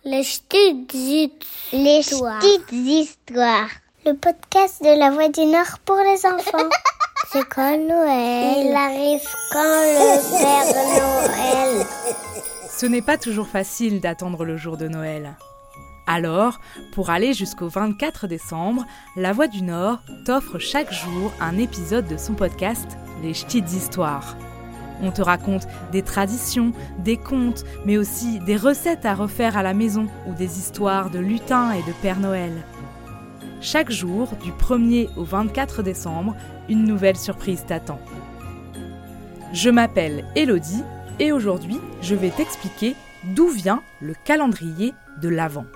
Les petites histoires. Le podcast de la Voix du Nord pour les enfants. C'est quand Noël? Il arrive quand le Père Noël? Ce n'est pas toujours facile d'attendre le jour de Noël. Alors, pour aller jusqu'au 24 décembre, La Voix du Nord t'offre chaque jour un épisode de son podcast Les petites histoires. On te raconte des traditions, des contes, mais aussi des recettes à refaire à la maison ou des histoires de lutins et de Père Noël. Chaque jour, du 1er au 24 décembre, une nouvelle surprise t'attend. Je m'appelle Élodie et aujourd'hui, je vais t'expliquer d'où vient le calendrier de l'Avent.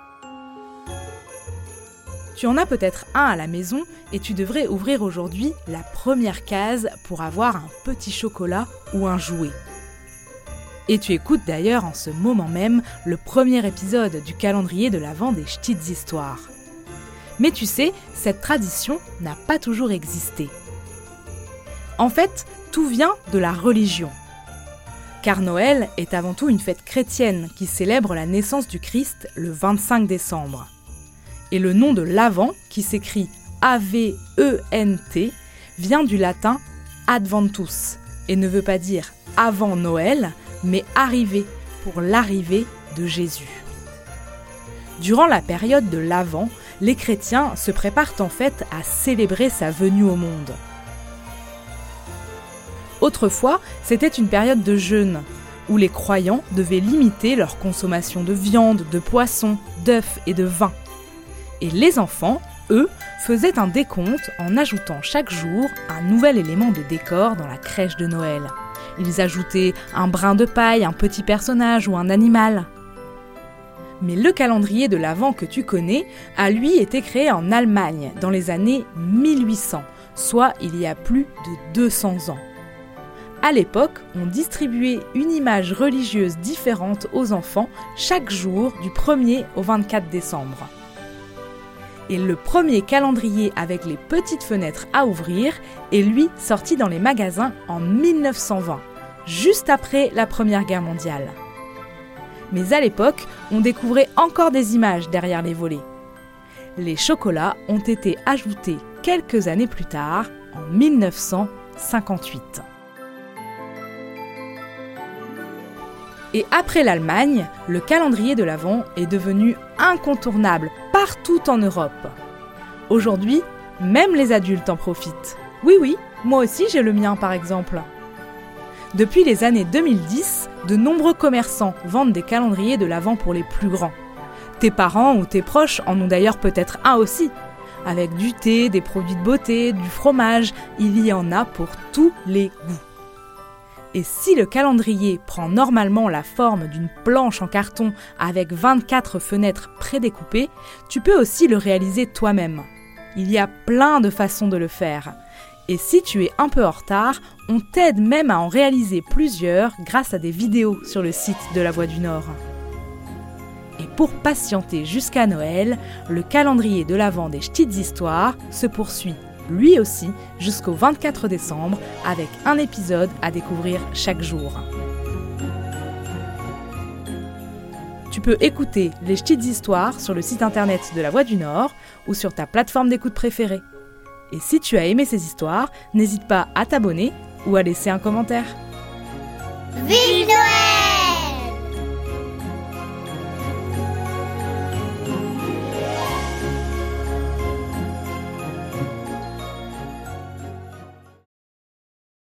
Tu en as peut-être un à la maison et tu devrais ouvrir aujourd'hui la première case pour avoir un petit chocolat ou un jouet. Et tu écoutes d'ailleurs en ce moment même le premier épisode du calendrier de l'Avent des petites histoires. Mais tu sais, cette tradition n'a pas toujours existé. En fait, tout vient de la religion. Car Noël est avant tout une fête chrétienne qui célèbre la naissance du Christ le 25 décembre. Et le nom de l'Avent, qui s'écrit A-V-E-N-T, vient du latin Adventus, et ne veut pas dire avant Noël, mais arriver, pour l'arrivée de Jésus. Durant la période de l'Avent, les chrétiens se préparent en fait à célébrer sa venue au monde. Autrefois, c'était une période de jeûne, où les croyants devaient limiter leur consommation de viande, de poisson, d'œufs et de vin. Et les enfants, eux, faisaient un décompte en ajoutant chaque jour un nouvel élément de décor dans la crèche de Noël. Ils ajoutaient un brin de paille, un petit personnage ou un animal. Mais le calendrier de l'Avent que tu connais a lui été créé en Allemagne dans les années 1800, soit il y a plus de 200 ans. À l'époque, on distribuait une image religieuse différente aux enfants chaque jour du 1er au 24 décembre. Et le premier calendrier avec les petites fenêtres à ouvrir est lui sorti dans les magasins en 1920, juste après la Première Guerre mondiale. Mais à l'époque, on découvrait encore des images derrière les volets. Les chocolats ont été ajoutés quelques années plus tard, en 1958. Et après l'Allemagne, le calendrier de l'Avent est devenu incontournable partout en Europe. Aujourd'hui, même les adultes en profitent. Oui, moi aussi j'ai le mien par exemple. Depuis les années 2010, de nombreux commerçants vendent des calendriers de l'Avent pour les plus grands. Tes parents ou tes proches en ont d'ailleurs peut-être un aussi. Avec du thé, des produits de beauté, du fromage, il y en a pour tous les goûts. Et si le calendrier prend normalement la forme d'une planche en carton avec 24 fenêtres prédécoupées, tu peux aussi le réaliser toi-même. Il y a plein de façons de le faire. Et si tu es un peu en retard, on t'aide même à en réaliser plusieurs grâce à des vidéos sur le site de La Voix du Nord. Et pour patienter jusqu'à Noël, le calendrier de l'Avent des petites histoires se poursuit lui aussi jusqu'au 24 décembre avec un épisode à découvrir chaque jour. Tu peux écouter les petites histoires sur le site internet de La Voix du Nord ou sur ta plateforme d'écoute préférée. Et si tu as aimé ces histoires, n'hésite pas à t'abonner ou à laisser un commentaire. Vive Noël!